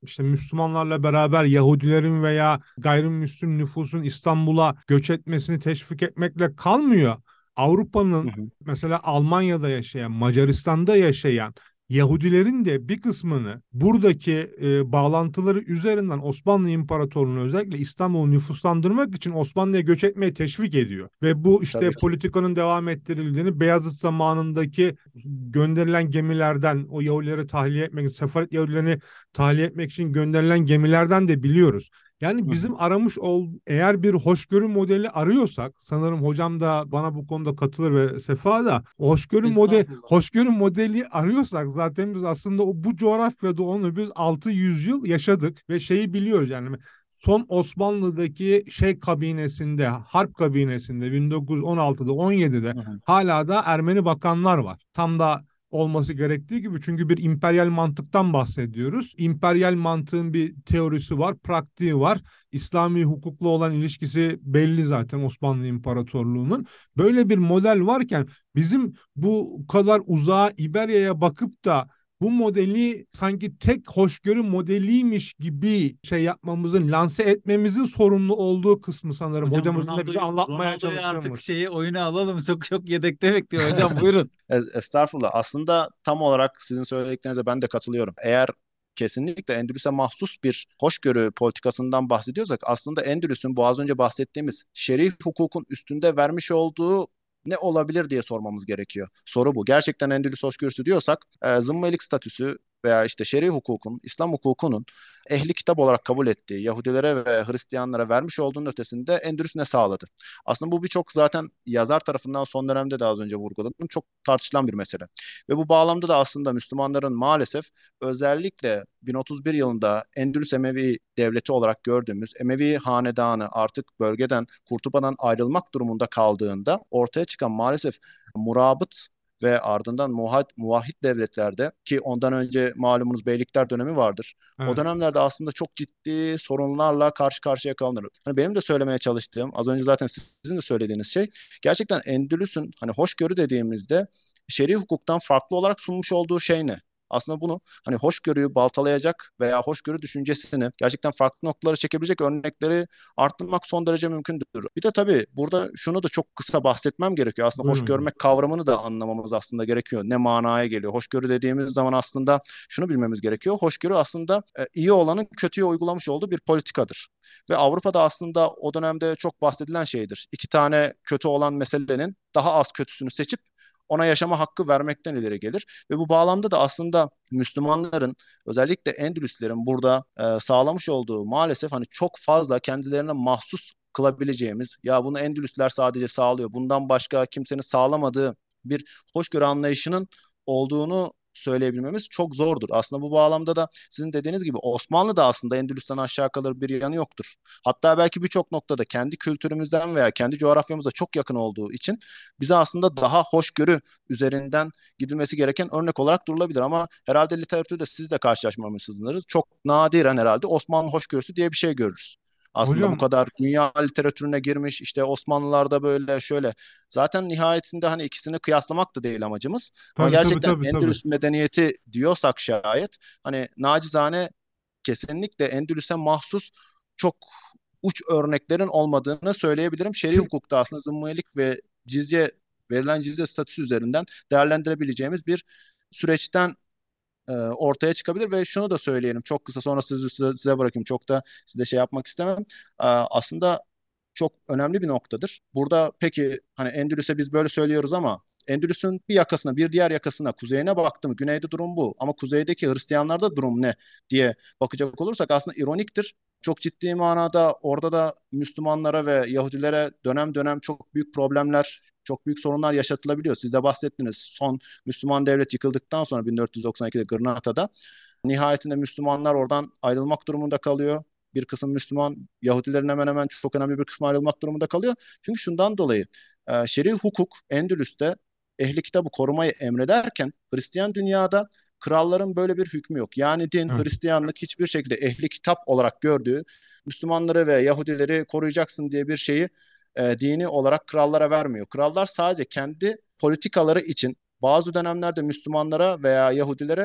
işte Müslümanlarla beraber Yahudilerin veya gayrimüslim nüfusun İstanbul'a göç etmesini teşvik etmekle kalmıyor.
Hı
Avrupa'nın
hı.
mesela Almanya'da yaşayan, Macaristan'da yaşayan Yahudilerin de bir kısmını buradaki e, bağlantıları üzerinden Osmanlı İmparatorluğu'nu özellikle İstanbul'u nüfuslandırmak için Osmanlı'ya göç etmeye teşvik ediyor. Ve bu işte
Tabii ki.
politikanın devam ettirildiğini Beyazıt zamanındaki gönderilen gemilerden o Yahudileri tahliye etmek, Sefaret Yahudilerini tahliye etmek için gönderilen gemilerden de biliyoruz. Yani
Hı hı.
bizim aramış ol eğer bir hoşgörü modeli arıyorsak sanırım hocam da bana bu konuda katılır ve Sefa da hoşgörü modeli
Estağfurullah.
hoşgörü modeli arıyorsak zaten biz aslında o bu coğrafyada onu biz altı yüz yıl yaşadık ve şeyi biliyoruz yani son Osmanlı'daki şey kabinesinde, harp kabinesinde bin dokuz yüz on altıda on yedide
Hı hı.
hala da Ermeni bakanlar var. Tam da olması gerektiği gibi çünkü bir emperyal mantıktan bahsediyoruz. Emperyal mantığın bir teorisi var, pratiği var. İslami hukukla olan ilişkisi belli zaten Osmanlı İmparatorluğu'nun. Böyle bir model varken bizim bu kadar uzağa İberya'ya bakıp da bu modeli sanki tek hoşgörü modeliymiş gibi şey yapmamızın, lanse etmemizin sorumlu olduğu kısmı sanırım
Hocam
hocamızın da bize
Ronaldo'yu
anlatmaya
Ronaldo'yu artık
çalıştığımız.
şeyi oyuna alalım. Çok çok yedekte bekliyor hocam. Buyurun.
Es- Estağfurullah. Aslında tam olarak sizin söylediklerinize ben de katılıyorum. Eğer kesinlikle Endülüs'e mahsus bir hoşgörü politikasından bahsediyorsak aslında Endülüs'ün bu az önce bahsettiğimiz şer'i hukukun üstünde vermiş olduğu ne olabilir diye sormamız gerekiyor. Soru bu. Gerçekten Endülüs hoşgörüsü diyorsak e, zımmelik statüsü veya işte şer'i hukukun, İslam hukukunun ehli kitap olarak kabul ettiği Yahudilere ve Hristiyanlara vermiş olduğunun ötesinde Endülüs ne sağladı? Aslında bu birçok zaten yazar tarafından son dönemde de az önce vurguladım. Çok tartışılan bir mesele. Ve bu bağlamda da aslında Müslümanların maalesef özellikle bin otuz bir yılında Endülüs Emevi devleti olarak gördüğümüz Emevi hanedanı artık bölgeden Kurtuba'dan ayrılmak durumunda kaldığında ortaya çıkan maalesef murabıt ve ardından muhad, muvahhid devletlerde ki ondan önce malumunuz beylikler dönemi vardır. O
Evet.
dönemlerde aslında çok ciddi sorunlarla karşı karşıya kalınır. Hani benim de söylemeye çalıştığım, az önce zaten sizin de söylediğiniz şey, gerçekten Endülüs'ün hani hoşgörü dediğimizde şer'i hukuktan farklı olarak sunmuş olduğu şey ne? Aslında bunu hani hoşgörüyü baltalayacak veya hoşgörü düşüncesini gerçekten farklı noktalara çekebilecek örnekleri arttırmak son derece mümkündür. Bir de tabii burada şunu da çok kısa bahsetmem gerekiyor. Aslında hoş
Buyurun hocam.
görmek kavramını da anlamamız aslında gerekiyor. Ne manaya geliyor? Hoşgörü dediğimiz zaman aslında şunu bilmemiz gerekiyor. Hoşgörü aslında e, iyi olanın kötüye uygulamış olduğu bir politikadır. Ve Avrupa'da aslında o dönemde çok bahsedilen şeydir. İki tane kötü olan meselenin daha az kötüsünü seçip ona yaşama hakkı vermekten ileri gelir. Ve bu bağlamda da aslında Müslümanların özellikle Endülüslerin burada e, sağlamış olduğu maalesef hani çok fazla kendilerine mahsus kılabileceğimiz ya bunu Endülüsler sadece sağlıyor. Bundan başka kimsenin sağlamadığı bir hoşgörü anlayışının olduğunu söyleyebilmemiz çok zordur. Aslında bu bağlamda da sizin dediğiniz gibi Osmanlı da aslında Endülüs'ten aşağı kalır bir yanı yoktur. Hatta belki birçok noktada kendi kültürümüzden veya kendi coğrafyamıza çok yakın olduğu için bize aslında daha hoşgörü üzerinden gidilmesi gereken örnek olarak durulabilir. Ama herhalde literatürde siz de karşılaşmamışsınızdır. Çok nadiren herhalde Osmanlı hoşgörüsü diye bir şey görürüz. Aslında bu
Hocam
kadar dünya literatürüne girmiş işte Osmanlılarda böyle şöyle. Zaten nihayetinde hani ikisini kıyaslamak da değil amacımız. Ama
tabii tabii
gerçekten
tabii tabii.
Endülüs medeniyeti diyorsak şayet hani nacizane kesinlikle Endülüs'e mahsus çok uç örneklerin olmadığını söyleyebilirim. Şer'i
Ki
hukukta aslında zımmiyelik ve cizye verilen cizye statüsü üzerinden değerlendirebileceğimiz bir süreçten e, ortaya çıkabilir ve şunu da söyleyelim çok kısa sonra size, size, size bırakayım çok da size şey yapmak istemem. E, aslında çok önemli bir noktadır. Burada peki hani Endülüs'e biz böyle söylüyoruz ama Endülüs'ün bir yakasına bir diğer yakasına kuzeyine baktım güneyde durum bu ama kuzeydeki Hristiyanlarda durum ne diye bakacak olursak aslında ironiktir. Çok ciddi manada orada da Müslümanlara ve Yahudilere dönem dönem çok büyük problemler, çok büyük sorunlar yaşatılabiliyor. Siz de bahsettiniz. Son Müslüman devlet yıkıldıktan sonra bin dört yüz doksan ikide Gırnata'da nihayetinde Müslümanlar oradan ayrılmak durumunda kalıyor. Bir kısım Müslüman, Yahudilerin hemen hemen çok önemli bir kısmı ayrılmak durumunda kalıyor. Çünkü şundan dolayı e, şer'i hukuk Endülüs'te ehli kitabı korumayı emrederken Hristiyan dünyada kralların böyle bir hükmü yok. Yani din,
evet.
Hristiyanlık hiçbir şekilde ehli kitap olarak gördüğü Müslümanları ve Yahudileri koruyacaksın diye bir şeyi e, dini olarak krallara vermiyor. Krallar sadece kendi politikaları için bazı dönemlerde Müslümanlara veya Yahudilere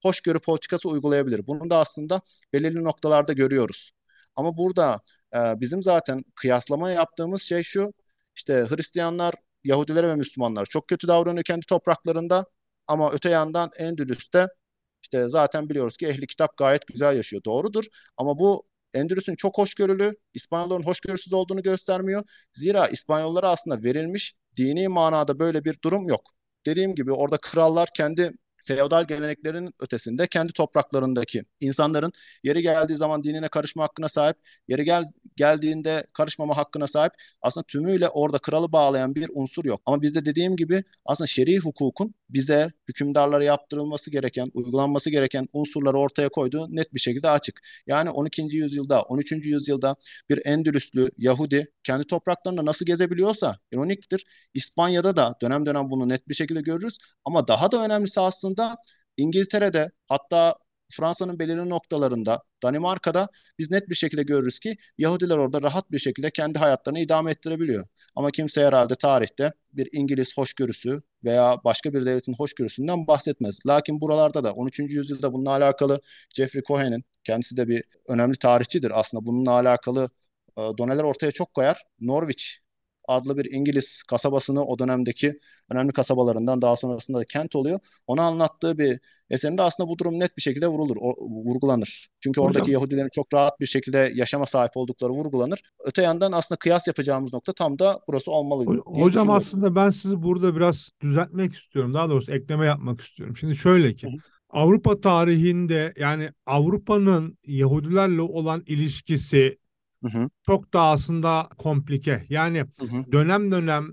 hoşgörü politikası uygulayabilir. Bunu da aslında belirli noktalarda görüyoruz. Ama burada e, bizim zaten kıyaslama yaptığımız şey şu. İşte Hristiyanlar Yahudilere ve Müslümanlara çok kötü davranıyor kendi topraklarında. Ama öte yandan Endülüs'te işte zaten biliyoruz ki ehli kitap gayet güzel yaşıyor. Doğrudur. Ama bu Endülüs'ün çok hoşgörülü, İspanyolların hoşgörüsüz olduğunu göstermiyor. Zira İspanyollara aslında verilmiş dini manada böyle bir durum yok. Dediğim gibi orada krallar kendi feodal geleneklerin ötesinde kendi topraklarındaki insanların yeri geldiği zaman dinine karışma hakkına sahip, yeri gel geldiğinde karışmama hakkına sahip. Aslında tümüyle orada kralı bağlayan bir unsur yok. Ama bizde dediğim gibi aslında şer'i hukukun bize hükümdarlara yaptırılması gereken, uygulanması gereken unsurları ortaya koyduğu net bir şekilde açık. Yani on ikinci yüzyılda, on üçüncü yüzyılda bir Endülüslü Yahudi kendi topraklarında nasıl gezebiliyorsa ironiktir. İspanya'da da dönem dönem bunu net bir şekilde görürüz. Ama daha da önemlisi aslında İngiltere'de, hatta Fransa'nın belirli noktalarında, Danimarka'da biz net bir şekilde görürüz ki Yahudiler orada rahat bir şekilde kendi hayatlarını idame ettirebiliyor. Ama kimse herhalde tarihte bir İngiliz hoşgörüsü veya başka bir devletin hoşgörüsünden bahsetmez. Lakin buralarda da on üçüncü yüzyılda bununla alakalı Geoffrey Cohen'in, kendisi de bir önemli tarihçidir aslında, bununla alakalı e, doneler ortaya çok koyar. Norwich adlı bir İngiliz kasabasını, o dönemdeki önemli kasabalarından, daha sonrasında da kent oluyor. Ona anlattığı bir eserinde aslında bu durum net bir şekilde vurulur, o, vurgulanır. Çünkü oradaki
Hocam
Yahudilerin çok rahat bir şekilde yaşama sahip oldukları vurgulanır. Öte yandan aslında kıyas yapacağımız nokta tam da burası olmalı
Ho-
diye
Hocam
düşünüyorum.
aslında ben sizi burada biraz düzeltmek istiyorum. Daha doğrusu ekleme yapmak istiyorum. Şimdi şöyle
Hı
ki
hı,
Avrupa tarihinde yani Avrupa'nın Yahudilerle olan ilişkisi
hı hı,
çok daha aslında komplike. Yani
hı hı,
dönem dönem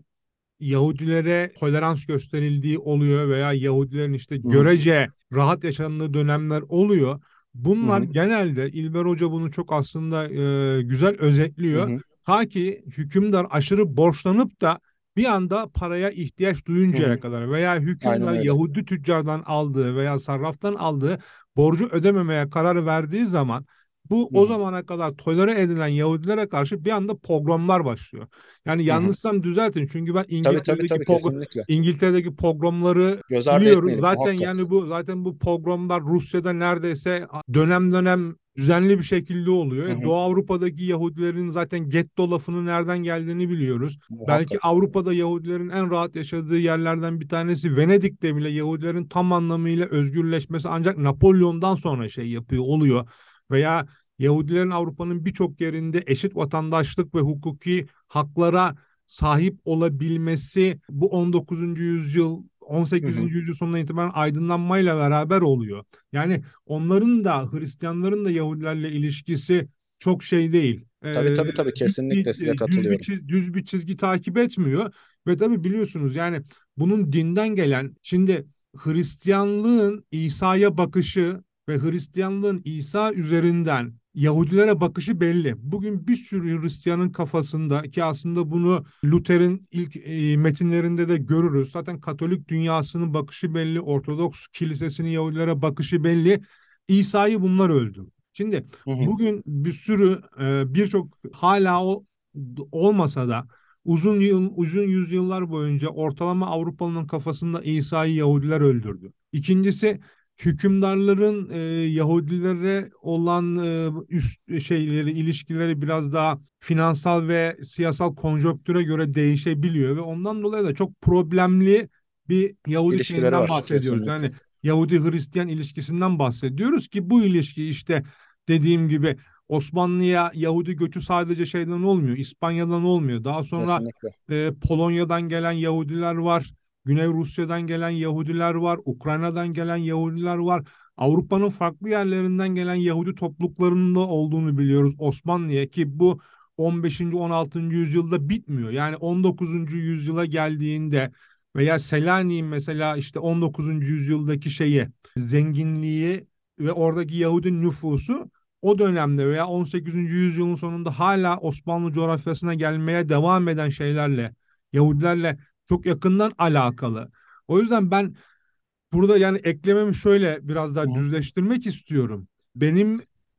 Yahudilere tolerans gösterildiği oluyor veya Yahudilerin işte
hı hı,
görece rahat yaşandığı dönemler oluyor.
hı
Bunlar
hı,
genelde İlber Hoca bunu çok aslında e, güzel
hı
özetliyor.
hı,
Ta ki hükümdar aşırı borçlanıp da bir anda paraya ihtiyaç
hı
duyuncaya
hı.
kadar veya
Aynen
hükümdar
öyle.
Yahudi tüccardan aldığı veya sarraftan aldığı borcu ödememeye karar verdiği zaman bu
Hı
o
hı,
zamana kadar tolere edilen Yahudilere karşı bir anda pogromlar başlıyor. Yani
hı hı.
yanlışsam düzeltin. Çünkü ben
Tabii tabii
İngiltere'deki
tabii,
pogrom,
kesinlikle.
İngiltere'deki pogromları
Göz ardı
biliyorum.
etmeyelim
Zaten
muhakkak.
yani bu zaten bu pogromlar Rusya'da neredeyse dönem dönem düzenli bir şekilde oluyor.
Hı
E,
hı,
Doğu Avrupa'daki Yahudilerin zaten getto lafının nereden geldiğini biliyoruz. Belki
muhakkak.
Avrupa'da Yahudilerin en rahat yaşadığı yerlerden bir tanesi Venedik'te bile Yahudilerin tam anlamıyla özgürleşmesi ancak Napolyon'dan sonra şey yapıyor oluyor. Veya Yahudilerin Avrupa'nın birçok yerinde eşit vatandaşlık ve hukuki haklara sahip olabilmesi bu on dokuzuncu yüzyıl
Hı hı.
on sekizinci yüzyıl sonuna itibaren aydınlanmayla beraber oluyor. Yani onların da Hristiyanların da Yahudilerle ilişkisi çok şey değil.
Tabii
Ee,
tabii tabii,
düz
kesinlikle
bir
size
e, düz bir
katılıyorum.
çiz, düz bir çizgi takip etmiyor ve tabii biliyorsunuz yani bunun dinden gelen şimdi Hristiyanlığın İsa'ya bakışı ve Hristiyanlığın İsa üzerinden Yahudilere bakışı belli. Bugün bir sürü Hristiyanın kafasında ki aslında bunu Luther'in ilk e, metinlerinde de görürüz. Zaten Katolik dünyasının bakışı belli, Ortodoks kilisesinin Yahudilere bakışı belli. İsa'yı bunlar öldü. Şimdi
Hı hı.
bugün bir sürü e, birçok hala o olmasa da uzun yıl uzun yüzyıllar boyunca ortalama Avrupalı'nın kafasında İsa'yı Yahudiler öldürdü. İkincisi hükümdarların e, Yahudilere olan e, üst şeyleri, ilişkileri biraz daha finansal ve siyasal konjonktüre göre değişebiliyor ve ondan dolayı da çok problemli bir Yahudi
İlişkileri
şeyinden
var
bahsediyoruz.
kesinlikle.
Yani Yahudi-Hristiyan ilişkisinden bahsediyoruz ki bu ilişki işte dediğim gibi Osmanlı'ya Yahudi göçü sadece şeyden olmuyor, İspanya'dan olmuyor. Daha sonra
Kesinlikle.
e, Polonya'dan gelen Yahudiler var. Güney Rusya'dan gelen Yahudiler var, Ukrayna'dan gelen Yahudiler var. Avrupa'nın farklı yerlerinden gelen Yahudi topluluklarının da olduğunu biliyoruz Osmanlı'ya ki bu on beşinci. on altıncı yüzyılda bitmiyor. Yani on dokuzuncu yüzyıla geldiğinde veya Selanik'in mesela işte on dokuzuncu yüzyıldaki şeyi, zenginliği ve oradaki Yahudi nüfusu o dönemde veya on sekizinci yüzyılın sonunda hala Osmanlı coğrafyasına gelmeye devam eden şeylerle, Yahudilerle çok yakından alakalı. O yüzden ben burada yani eklememi şöyle biraz
Hı
daha
hı.
düzleştirmek istiyorum. Benim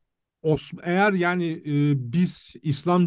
Os eğer yani e, biz İslam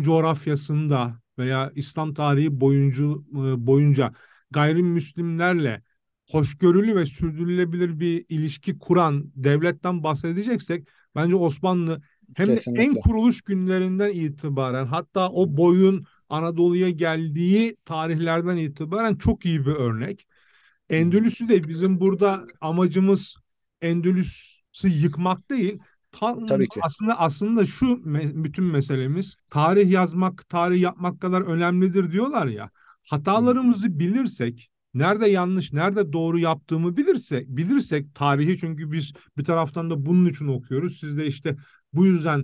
coğrafyasında veya İslam tarihi boyuncu, e, boyunca gayrimüslimlerle hoşgörülü ve sürdürülebilir bir ilişki kuran devletten bahsedeceksek bence Osmanlı hem de en
Kesinlikle.
kuruluş günlerinden itibaren, hatta
Hı
o boyun Anadolu'ya geldiği tarihlerden itibaren çok iyi bir örnek.
hı.
Endülüs'ü de bizim burada amacımız Endülüs'ü yıkmak değil. Tam
Tabii ki.
aslında aslında şu me- bütün meselemiz, tarih yazmak, tarih yapmak kadar önemlidir diyorlar ya.
Hı hı.
Hatalarımızı bilirsek, nerede yanlış, nerede doğru yaptığımı bilirsek, bilirsek tarihi, çünkü biz bir taraftan da bunun için okuyoruz. Siz de işte bu yüzden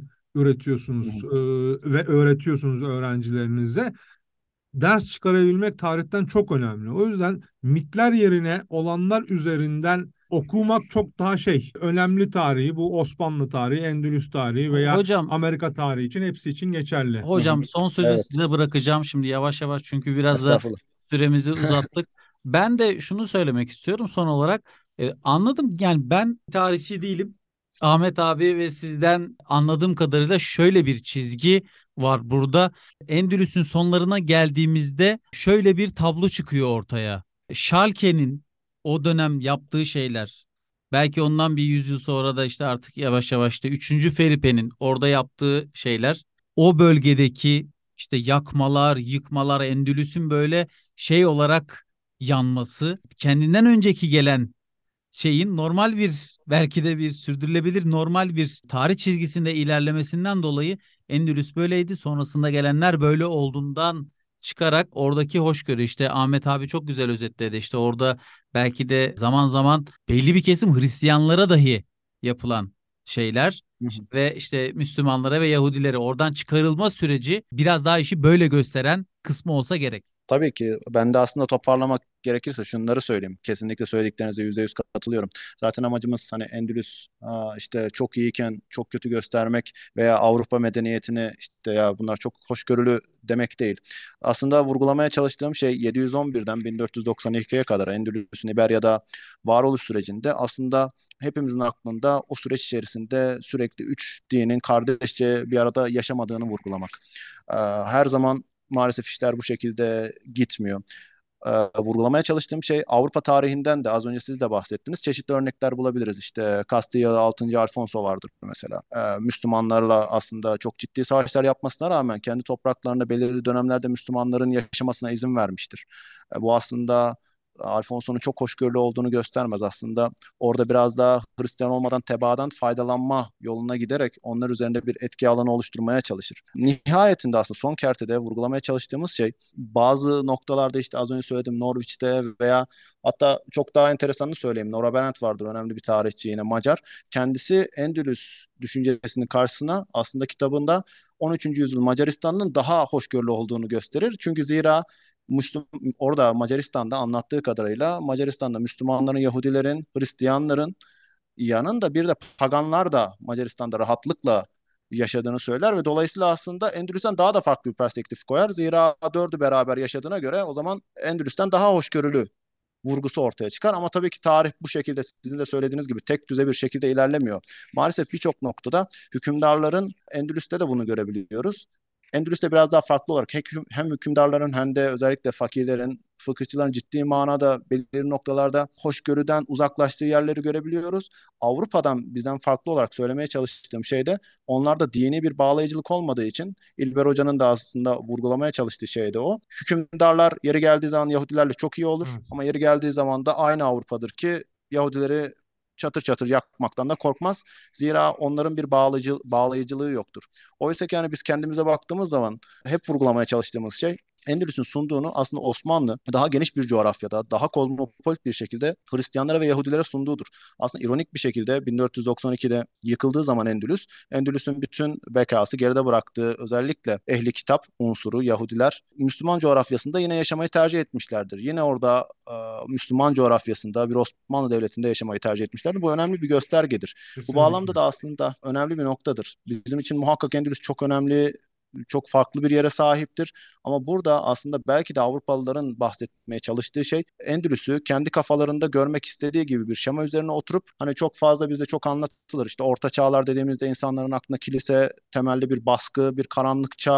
Hı
üretiyorsunuz
hı.
e, ve öğretiyorsunuz öğrencilerinize. Ders çıkarabilmek tarihten çok önemli. O yüzden mitler yerine olanlar üzerinden okumak çok daha şey önemli tarihi. Bu Osmanlı tarihi, Endülüs tarihi
Ho-
veya
Hocam
Amerika tarihi için, hepsi için geçerli.
Hı hı.
Hocam son sözü size
Evet.
bırakacağım şimdi yavaş yavaş çünkü biraz da
Estağfurullah.
süremizi uzattık. Ben de şunu söylemek istiyorum son olarak. E, anladım yani ben tarihçi değilim. Ahmet abi ve sizden anladığım kadarıyla şöyle bir çizgi var burada. Endülüs'ün sonlarına geldiğimizde şöyle bir tablo çıkıyor ortaya. Schalke'nin o dönem yaptığı şeyler, belki ondan bir yüzyıl sonra da işte artık yavaş yavaş da üçüncü Felipe'nin orada yaptığı şeyler, o bölgedeki işte yakmalar, yıkmalar, Endülüs'ün böyle şey olarak yanması, kendinden önceki gelen şeyin normal bir belki de bir sürdürülebilir normal bir tarih çizgisinde ilerlemesinden dolayı Endülüs böyleydi. Sonrasında gelenler böyle olduğundan çıkarak oradaki hoşgörü işte Ahmet abi çok güzel özetledi. İşte orada belki de zaman zaman belli bir kesim Hristiyanlara dahi yapılan şeyler
Hı hı.
ve işte Müslümanlara ve Yahudilere oradan çıkarılma süreci biraz daha işi böyle gösteren kısmı olsa gerek.
Tabii ki ben de aslında toparlamak gerekirse şunları söyleyeyim. Kesinlikle söylediklerinize yüzde yüz katılıyorum. Zaten amacımız hani Endülüs aa, işte çok iyiyken çok kötü göstermek veya Avrupa medeniyetini işte ya bunlar çok hoşgörülü demek değil. Aslında vurgulamaya çalıştığım şey yedi yüz on birden bin dört yüz doksan ikiye kadar Endülüs'ün İberya'da varoluş sürecinde aslında hepimizin aklında o süreç içerisinde sürekli üç dinin kardeşçe bir arada yaşamadığını vurgulamak. Aa, Her zaman maalesef işler bu şekilde gitmiyor. Ee, vurgulamaya çalıştığım şey Avrupa tarihinden de az önce siz de bahsettiniz. Çeşitli örnekler bulabiliriz. İşte Kastilyalı altıncı. Alfonso vardır mesela. Ee, Müslümanlarla aslında çok ciddi savaşlar yapmasına rağmen kendi topraklarında belirli dönemlerde Müslümanların yaşamasına izin vermiştir. Ee, bu aslında Alfonso'nun çok hoşgörülü olduğunu göstermez. Aslında orada biraz daha Hristiyan olmadan tebaadan faydalanma yoluna giderek onlar üzerinde bir etki alanı oluşturmaya çalışır. Nihayetinde aslında son kertede vurgulamaya çalıştığımız şey bazı noktalarda işte az önce söyledim Norwich'te veya hatta çok daha enteresanını söyleyeyim. Nora Berent vardır önemli bir tarihçi yine Macar. Kendisi Endülüs düşüncesinin karşısına aslında kitabında on üçüncü yüzyıl Macaristan'ın daha hoşgörülü olduğunu gösterir. Çünkü zira Müslüm, orada Macaristan'da anlattığı kadarıyla Macaristan'da Müslümanların, Yahudilerin, Hristiyanların yanında bir de paganlar da Macaristan'da rahatlıkla yaşadığını söyler ve dolayısıyla aslında Endülüs'ten daha da farklı bir perspektif koyar. Zira dördü beraber yaşadığına göre o zaman Endülüs'ten daha hoşgörülü vurgusu ortaya çıkar. Ama tabii ki tarih bu şekilde sizin de söylediğiniz gibi tek düze bir şekilde ilerlemiyor. Maalesef birçok noktada hükümdarların Endülüs'te de bunu görebiliyoruz. Endülüs'te biraz daha farklı olarak hem hükümdarların hem de özellikle fakirlerin, fıkıhçıların ciddi manada belirli noktalarda hoşgörüden uzaklaştığı yerleri görebiliyoruz. Avrupa'dan bizden farklı olarak söylemeye çalıştığım şey de onlarda dini bir bağlayıcılık olmadığı için İlber Hoca'nın da aslında vurgulamaya çalıştığı şey de o. Hükümdarlar yeri geldiği zaman Yahudilerle çok iyi olur
Evet.
ama yeri geldiği zaman da aynı Avrupa'dır ki Yahudileri çatır çatır yakmaktan da korkmaz. Zira onların bir bağlayıcı, bağlayıcılığı yoktur. Oysa ki yani biz kendimize baktığımız zaman hep vurgulamaya çalıştığımız şey Endülüs'ün sunduğunu aslında Osmanlı daha geniş bir coğrafyada, daha kozmopolit bir şekilde Hristiyanlara ve Yahudilere sunduğudur. Aslında ironik bir şekilde bin dört yüz doksan ikide yıkıldığı zaman Endülüs, Endülüs'ün bütün bekası geride bıraktığı özellikle ehli kitap unsuru Yahudiler Müslüman coğrafyasında yine yaşamayı tercih etmişlerdir. Yine orada e, Müslüman coğrafyasında bir Osmanlı devletinde yaşamayı tercih etmişlerdir. Bu önemli bir göstergedir. Bu bağlamda
Kesinlikle.
da aslında önemli bir noktadır. Bizim için muhakkak Endülüs çok önemli, çok farklı bir yere sahiptir. Ama burada aslında belki de Avrupalıların bahsetmeye çalıştığı şey Endülüs'ü kendi kafalarında görmek istediği gibi bir şema üzerine oturup hani çok fazla bizde çok anlatılır. İşte Orta Çağlar dediğimizde insanların aklına kilise temelli bir baskı, bir karanlık çağ.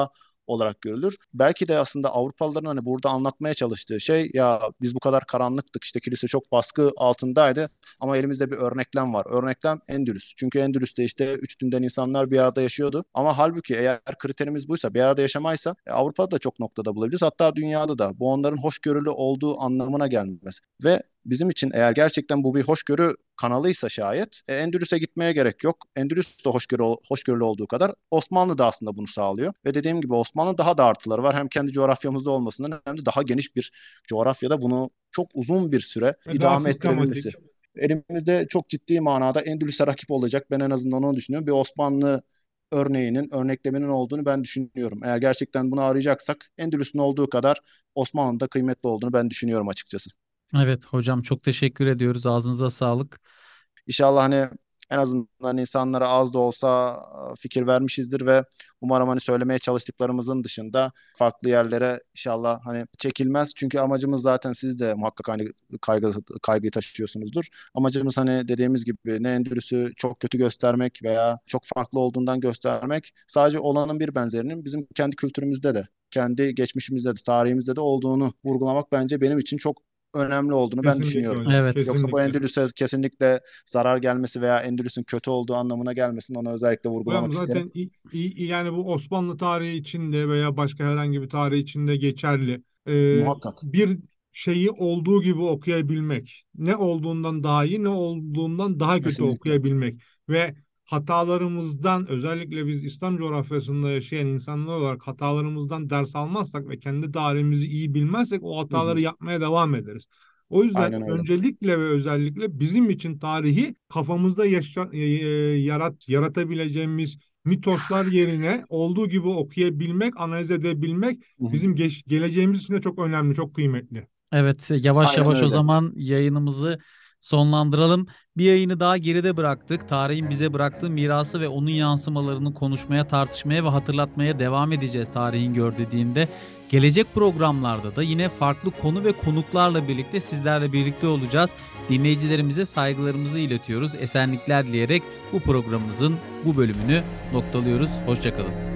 olarak görülür. Belki de aslında Avrupalıların hani burada anlatmaya çalıştığı şey, ya biz bu kadar karanlıktık, işte kilise çok baskı altındaydı ama elimizde bir örneklem var. Örneklem Endülüs. Çünkü Endülüs'te işte üç dinden insanlar bir arada yaşıyordu. Ama halbuki eğer kriterimiz buysa, bir arada yaşamaysa, e, Avrupa'da da çok noktada bulabiliriz. Hatta dünyada da. Bu onların hoşgörülü olduğu anlamına gelmez. Ve bizim için eğer gerçekten bu bir hoşgörü kanalıysa şayet, e, Endülüs'e gitmeye gerek yok. Endülüs de hoşgörü, hoşgörülü olduğu kadar Osmanlı da aslında bunu sağlıyor. Ve dediğim gibi Osmanlı daha da artıları var. Hem kendi coğrafyamızda olmasından hem de daha geniş bir coğrafyada bunu çok uzun bir süre
Ve daha
idame ettirebilmesi.
sistematik.
Elimizde çok ciddi manada Endülüs'e rakip olacak. Ben en azından onu düşünüyorum. Bir Osmanlı örneğinin, örnekleminin olduğunu ben düşünüyorum. Eğer gerçekten bunu arayacaksak Endülüs'ün olduğu kadar Osmanlı'da kıymetli olduğunu ben düşünüyorum açıkçası.
Evet hocam, çok teşekkür ediyoruz. Ağzınıza sağlık.
İnşallah hani en azından insanlara az da olsa e, fikir vermişizdir ve umarım hani söylemeye çalıştıklarımızın dışında farklı yerlere inşallah hani çekilmez. Çünkü amacımız zaten, siz de muhakkak hani kaygı, kaygıyı taşıyorsunuzdur. Amacımız hani dediğimiz gibi ne Endülüs'ü çok kötü göstermek veya çok farklı olduğundan göstermek. Sadece olanın bir benzerinin bizim kendi kültürümüzde de, kendi geçmişimizde de, tarihimizde de olduğunu vurgulamak bence benim için çok önemli olduğunu ben
Kesinlikle
düşünüyorum.
hocam.
Evet.
Yoksa bu
Kesinlikle.
Endülüs'e kesinlikle zarar gelmesi veya Endülüs'ün kötü olduğu anlamına gelmesin. Onu özellikle
Hocam
vurgulamak isterim.
zaten i- i- yani bu Osmanlı tarihi içinde veya başka herhangi bir tarih içinde geçerli. Ee,
Muhakkak.
bir şeyi olduğu gibi okuyabilmek. Ne olduğundan daha iyi, ne olduğundan daha kötü
Kesinlikle.
okuyabilmek. Ve hatalarımızdan, özellikle biz İslam coğrafyasında yaşayan insanlar olarak hatalarımızdan ders almazsak ve kendi tarihimizi iyi bilmezsek o
Hı hı.
hataları yapmaya devam ederiz. O yüzden
Aynen öyle.
öncelikle ve özellikle bizim için tarihi kafamızda yaşa, e, e, yarat yaratabileceğimiz mitoslar yerine olduğu gibi okuyabilmek, analiz edebilmek
Hı hı.
bizim geç, geleceğimiz için de çok önemli, çok kıymetli.
Evet, yavaş
Aynen
yavaş o
öyle.
zaman yayınımızı sonlandıralım. Bir yayını daha geride bıraktık. Tarihin bize bıraktığı mirası ve onun yansımalarını konuşmaya, tartışmaya ve hatırlatmaya devam edeceğiz tarihin gör dediğinde. Gelecek programlarda da yine farklı konu ve konuklarla birlikte sizlerle birlikte olacağız. Dinleyicilerimize saygılarımızı iletiyoruz. Esenlikler dileyerek bu programımızın bu bölümünü noktalıyoruz. Hoşça kalın.